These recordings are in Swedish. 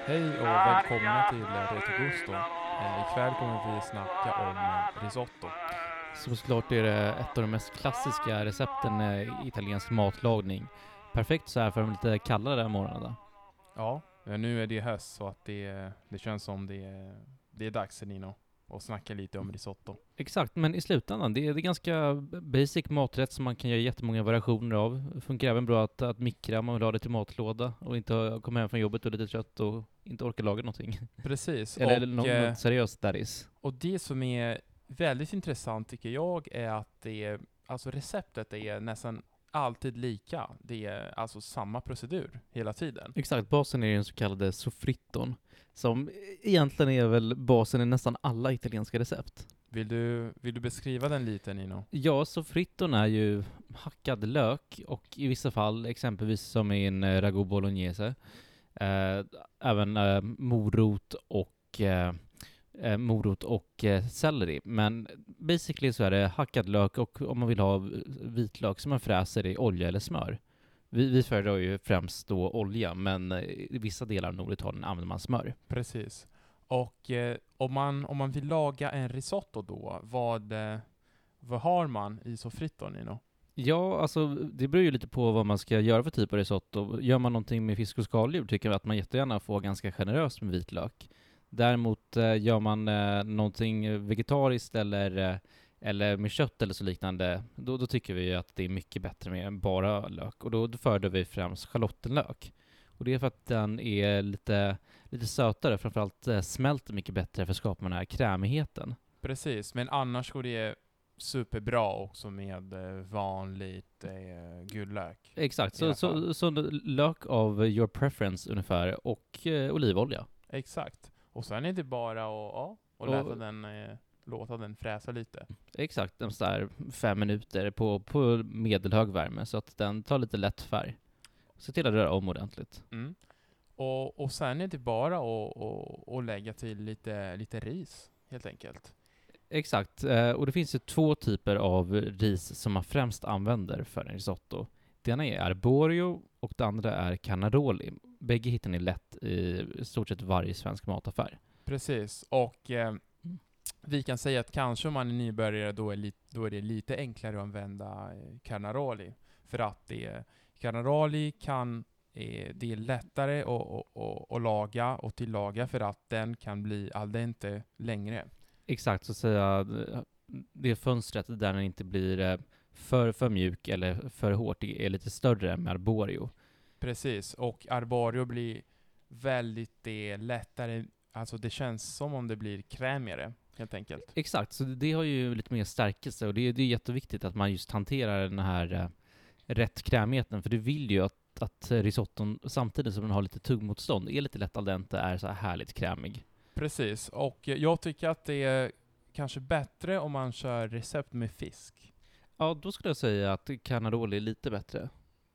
Hej och välkomna till Reto Gusto. Ikväll kommer vi snacka om risotto. Så såklart är det ett av de mest klassiska recepten i italiensk matlagning. Perfekt så här för de lite kallare morgnarna. Ja, nu är det höst så att det känns som det är dags, Nino, att snacka lite om risotto. Exakt, men i slutändan, det är ganska basic maträtt som man kan göra jättemånga variationer av. Funkar även bra att mikra om man vill ha det till matlåda och inte komma hem från jobbet och lite trött och inte orka laga någonting. Precis. Eller något seriöst där is. Och det som är väldigt intressant tycker jag är att alltså receptet är nästan alltid lika. Det är alltså samma procedur hela tiden. Exakt, basen är den så kallade soffritton, som egentligen är väl basen i nästan alla italienska recept. Vill du beskriva den lite, Nino? Ja, soffritton är ju hackad lök och i vissa fall, exempelvis som i en ragu bolognese, även morot och selleri. Men basically så är det hackad lök och om man vill ha vitlök som man fräser i olja eller smör. Vi föredrar ju främst då olja, men i vissa delar av Norditalien använder man smör. Precis. Och om man vill laga en risotto då, vad har man i soffritton, Nino? Ja, alltså det beror ju lite på vad man ska göra för typ av risotto. Gör man någonting med fisk och skaldjur tycker jag att man jättegärna får ganska generöst med vitlök. Däremot gör man någonting vegetariskt eller med kött eller så liknande, då tycker vi att det är mycket bättre med bara lök. Och då föredrar vi främst schalottenlök. Och det är för att den är lite sötare, framförallt smälter mycket bättre för att skapa den här krämigheten. Precis, men annars går det superbra också med vanligt gul lök. Exakt, I alla så lök av your preference ungefär och olivolja. Exakt. Och sen är det bara att låta den fräsa lite. Exakt, så här 5 minuter på medelhög värme så att den tar lite lätt färg. Se till att röra om ordentligt. Mm. Och sen är det bara att lägga till lite ris, helt enkelt. Exakt, och det finns ju 2 typer av ris som man främst använder för en risotto. Det ena är arborio och det andra är carnaroli. Bägge hittar ni lätt i stort sett varje svensk mataffär. Precis, och vi kan säga att kanske om man är nybörjare då är det lite enklare att använda carnaroli. För att carnaroli det är lättare att laga och tillaga för att den kan bli al dente längre. Exakt, så att säga det fönstret där den inte blir för mjuk eller för hårt, det är lite större med arborio. Precis, och arborio blir väldigt lättare, alltså det känns som om det blir krämigare helt enkelt. Exakt, så det har ju lite mer stärkelse och det är jätteviktigt att man just hanterar den här rätt krämigheten, för du vill ju att risotton samtidigt som den har lite tuggmotstånd är lite lätt al dente, är så här härligt krämig. Precis, och jag tycker att det är kanske bättre om man kör recept med fisk. Ja, då skulle jag säga att carnaroli är lite bättre.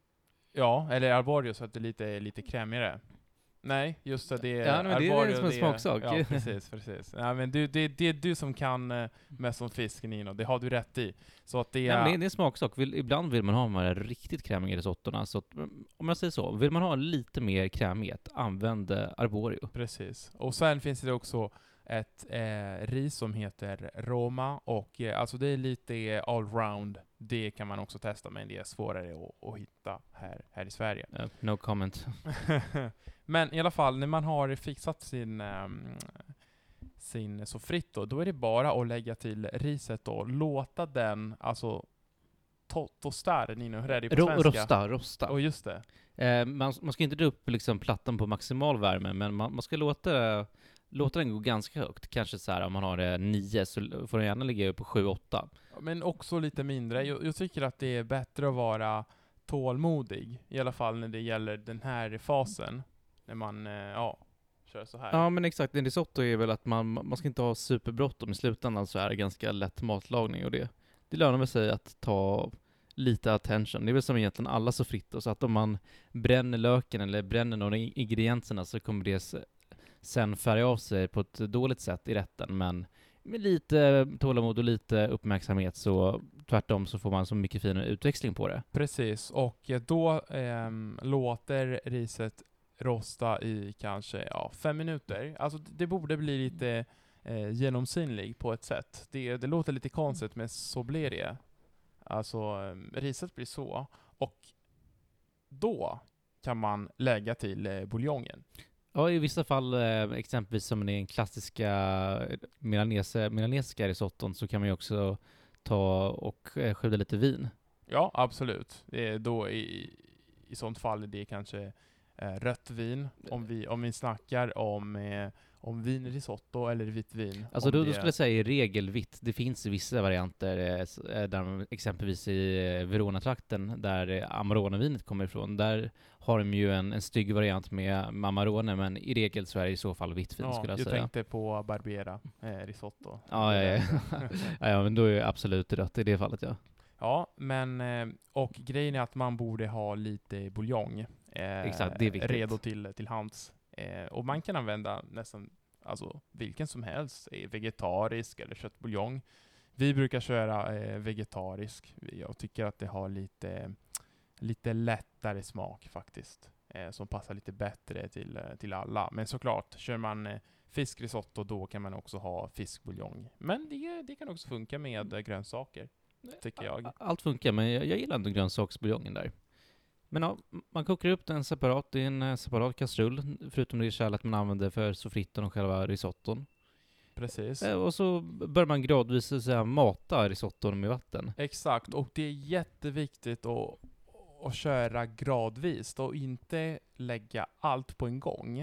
Ja, eller arborio så att det är lite krämigare. Nej, just det är arborio. Det är som en smaksak. Ja, precis. Ja, men det är du som kan mest om fisk, Nino. Det har du rätt i. Så att det är... Nej, men det är en smaksak. Ibland vill man ha de här riktigt krämiga risottorna. Så att, om jag säger så, vill man ha lite mer krämighet, använd arborio. Precis. Och sen finns det också ett ris som heter Roma och alltså det är lite allround. Det kan man också testa, men det är svårare att hitta här i Sverige. No comment. Men i alla fall, när man har fixat sin soffritto, då är det bara att lägga till riset och låta den, alltså tostare, Nino, hur är det på svenska? Rosta. Och just det. Man ska inte dra upp liksom plattan på maximal värme, men man ska låta den gå ganska högt. Kanske så här, om man har 9 så får den gärna ligga på 7-8. Men också lite mindre. Jag tycker att det är bättre att vara tålmodig, i alla fall när det gäller den här fasen. När man kör så här. Ja, men exakt. En risotto är väl att man ska inte ha superbråttom. I slutändan så är det ganska lätt matlagning, och det lönar sig att ta lite attention. Det är väl som egentligen alla soffritto, så att om man bränner löken eller bränner några ingredienserna så kommer det sen färga av sig på ett dåligt sätt i rätten, men med lite tålamod och lite uppmärksamhet så tvärtom så får man så mycket finare utväxling på det. Precis, och då låter riset rosta i kanske 5 minuter. Alltså det borde bli lite genomskinlig på ett sätt. Det låter lite konstigt, men så blir det. Alltså riset blir så. Och då kan man lägga till buljongen. Ja, i vissa fall, exempelvis som i den klassiska milanesiska risotton, så kan man ju också ta och sjuda lite vin. Ja, absolut. Det är då i sånt fall är det kanske rött vin. Om vi snackar om vinrisotto eller vitt vin. Alltså då skulle jag säga i regel vitt. Det finns vissa varianter, där exempelvis i Verona-trakten, där Amarone-vinet kommer ifrån. Där har de ju en stygg variant med Amarone, men i regel så är det i så fall vitt vin, skulle jag säga. Jag tänkte på Barbera risotto. Ja, men då är det absolut rätt i det fallet, ja. Ja, men och grejen är att man borde ha lite buljong Exakt, det är viktigt. redo till hands. Och man kan använda nästan vilken som helst, vegetarisk eller köttbuljong. Vi brukar köra vegetarisk. Jag tycker att det har lite lättare smak faktiskt, som passar lite bättre till alla. Men såklart, kör man fiskrisotto, då kan man också ha fiskbuljong. Men det kan också funka med grönsaker, tycker jag. Allt funkar, men jag gillar ändå grönsaksbuljongen där. Men ja, man kokar upp den separat i en separat kastrull, förutom det kärlet man använder för soffritton och själva risotton. Precis. Och så bör man gradvis så att säga mata risotton med vatten. Exakt, och det är jätteviktigt att köra gradvis och inte lägga allt på en gång.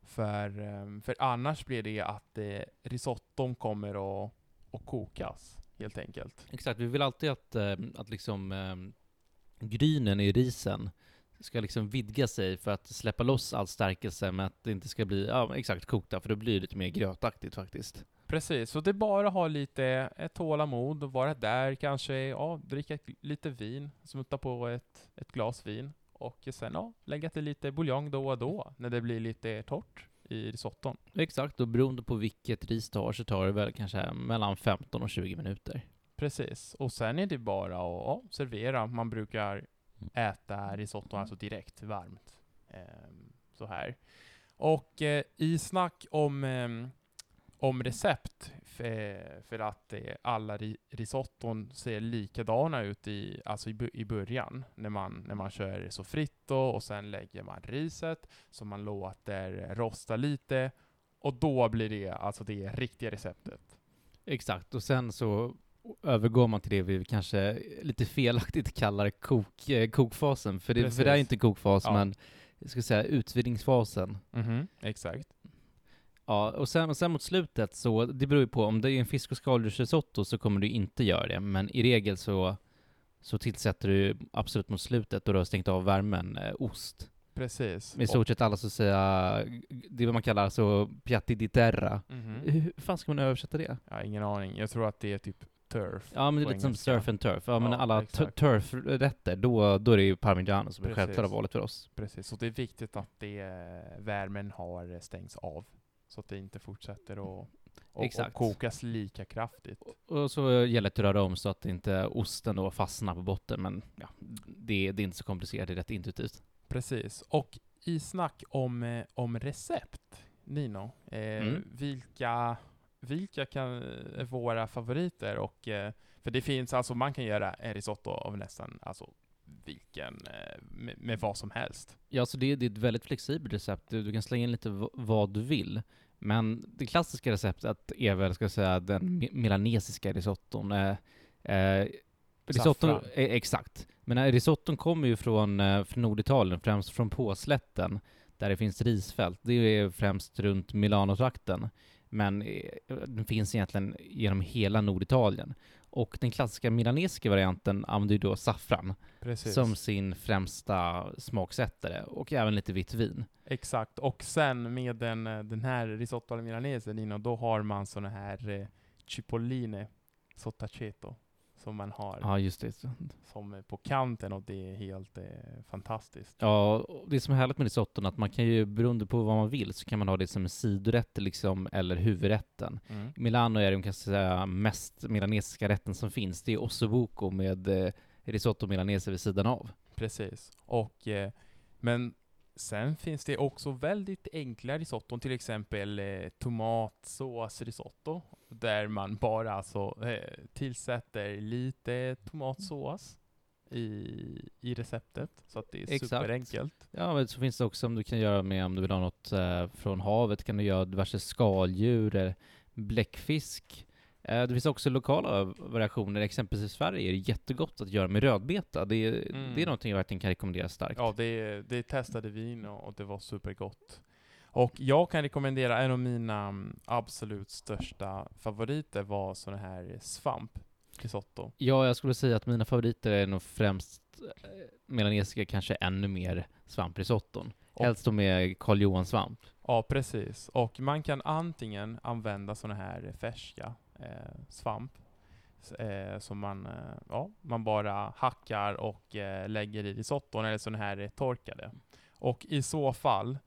För annars blir det att risotton kommer att kokas, helt enkelt. Exakt, vi vill alltid att liksom grynen i risen ska liksom vidga sig för att släppa loss all stärkelse, med att det inte ska bli exakt kokta, för det blir lite mer grötaktigt faktiskt. Precis, så det är bara ha lite tålamod och vara där, kanske dricka lite vin, smutta på ett glas vin och sen lägga till lite buljong då och då när det blir lite torrt i risotton. Exakt, och beroende på vilket ris så tar det väl kanske mellan 15 och 20 minuter. Precis, och sen är det bara att servera. Man brukar äta risotto alltså direkt varmt. Så här. Och i snack om recept, för att alla risotton ser likadana ut i början när man kör soffritto, och sen lägger man riset som man låter rosta lite, och då blir det det riktiga receptet. Exakt, och sen så övergår man till det vi kanske lite felaktigt kallar kokfasen, för det är inte kokfas, men jag ska säga utvidgningsfasen. Exakt. Ja, och sen mot slutet, så det beror ju på, om det är en fisk- och skaldjursrisotto så kommer du inte göra det, men i regel så tillsätter du absolut mot slutet, och du har stängt av värmen, ost. Precis. Med i stort sett alla så säga, det är vad man kallar piatti di terra. Hur fan ska man översätta det? Jag har ingen aning. Jag tror att det är typ turf. Ja, men det är lite som surf and turf. Ja, men alla turfrätter, då är det ju parmigiano som är självklara valet för oss. Precis, så det är viktigt att värmen har stängts av, så att det inte fortsätter och kokas lika kraftigt. Och så gäller det att röra om så att inte osten då fastnar på botten, men det är inte så komplicerat, det är rätt intuitivt. Precis, och i snack om recept, Nino, vilka är våra favoriter? Och för det finns, man kan göra en risotto av nästan vilken med vad som helst. Ja, så det är ett väldigt flexibelt recept. Du kan slänga in lite vad du vill. Men det klassiska receptet är väl, ska jag säga, den milanesiska risotton. Risotton exakt. Men risotton kommer ju från Norditalien, främst från Påslätten, där det finns risfält. Det är främst runt Milano-trakten. Men den finns egentligen genom hela Norditalien. Och den klassiska milanesiska varianten använder ju då saffran. Precis. Som sin främsta smaksättare, och även lite vitt vin. Exakt, och sen med den här risotto alla milanese, Nino, då har man såna här cipolline sottaceto som man har. Ja, just det. Som på kanten, och det är helt fantastiskt. Ja, det som är härligt med risotton är att man kan ju, beroende på vad man vill, så kan man ha det som en sidorätt liksom, eller huvudrätten. I Milano är det, kan säga, mest milanesiska rätten som finns. Det är ossobuco med risotto milanese vid sidan av. Precis. Och men sen finns det också väldigt enkla risotton, till exempel tomatsås risotto, där man bara alltså tillsätter lite tomatsås i receptet, så att det är Exakt. superenkelt. Ja, men så finns det också om du kan göra med, om du vill ha något från havet, kan du göra diverse skaldjur, bläckfisk. Det finns också lokala variationer. Exempelvis i Sverige är det jättegott att göra med rödbeta. Det är någonting jag verkligen kan rekommendera starkt. Ja, det testade vi och det var supergott. Och jag kan rekommendera, en av mina absolut största favoriter var sån här svamprisotto. Ja, jag skulle säga att mina favoriter är nog främst melanesiska, kanske ännu mer svamprisotton. Helst då med Karl Johan svamp. Ja, precis. Och man kan antingen använda såna här färska svamp som man bara hackar och lägger i risotton, eller såna här torkade. Och i så fall,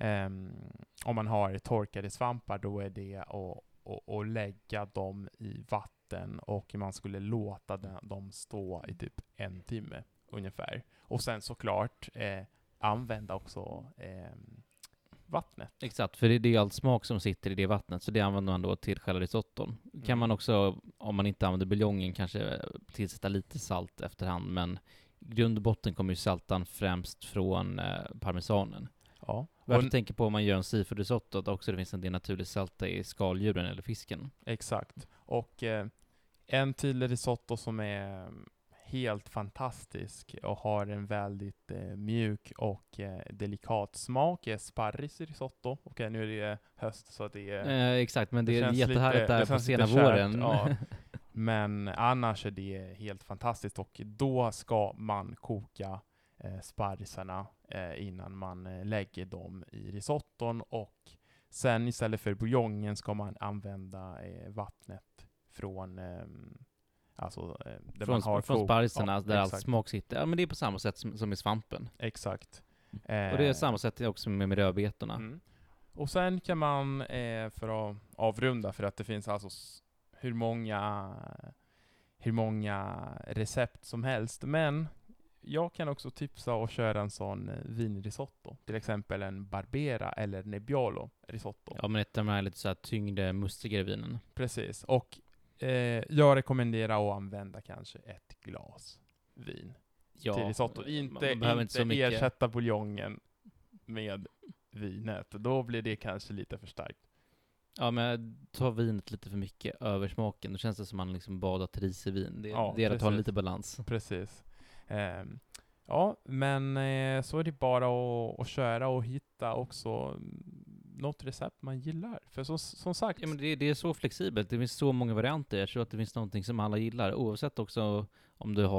om man har torkade svampar, då är det att lägga dem i vatten, och man skulle låta dem stå i typ 1 timme ungefär. Och sen såklart använda också vattnet. Exakt, för det är allt smak som sitter i det vattnet, så det använder man då till själva risotton. Kan man också, om man inte använder buljongen, kanske tillsätta lite salt efterhand, men i grund och botten kommer ju saltan främst från parmesanen. Ja. Varför tänker på om man gör en seafood-risotto att också det finns en del naturlig salta i skaldjuren eller fisken. Exakt. Och en tydlig risotto som är helt fantastisk och har en väldigt mjuk och delikat smak är sparris risotto. Okej, nu är det höst, så det är... exakt, men det är jättehärligt där på sena våren. Ja. Men annars är det helt fantastiskt, och då ska man koka sparrisarna innan man lägger dem i risotton, och sen istället för buljongen ska man använda vattnet från där man har från sparrisarna, där exakt. allt smak sitter. Ja, men det är på samma sätt som i svampen. Exakt. Och det är samma sätt också med rödbetorna. Mm. Och sen kan man, för att avrunda, för att det finns alltså hur många recept som helst, men jag kan också tipsa och köra en sån vinrisotto. Till exempel en Barbera eller Nebbiolo risotto. Ja, men ett av de här lite så här tyngre, mustigare vinen. Precis. Och jag rekommenderar att använda kanske 1 glas vin till risotto. Inte ersätta buljongen med vinet. Då blir det kanske lite för starkt. Ja, men ta vinet lite för mycket över smaken. Då känns det som man liksom badat ris i vin. Det är att ha lite balans. Precis. Ja, men så är det bara att köra och hitta också något recept man gillar. För som sagt... Ja, men det är så flexibelt. Det finns så många varianter. Jag tror att det finns någonting som alla gillar. Oavsett också om du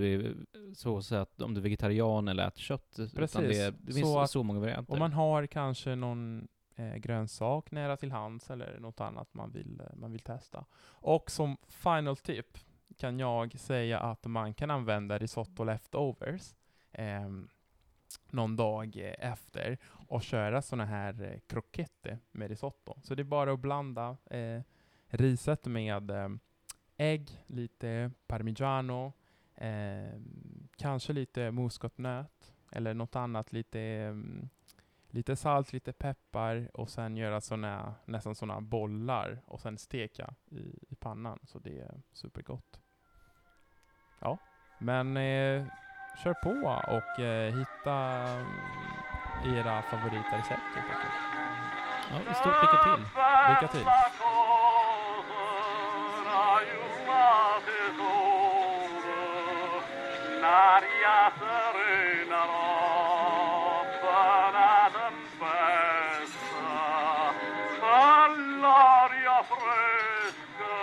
är vegetarian eller äter kött. Precis. Det finns så många varianter. Om man har kanske någon grönsak nära till hands, eller något annat man vill testa. Och som final tip kan jag säga att man kan använda risotto leftovers någon dag efter och köra såna här croquette med risotto. Så det är bara att blanda riset med ägg, lite parmigiano, kanske lite muskotnöt eller något annat, lite salt, lite peppar, och sen göra nästan såna bollar och sen steka i pannan, så det är supergott. Ja, men kör på och hitta era favoриtrecept. Ja, stort lycka till. Lycka till. All'aria fresca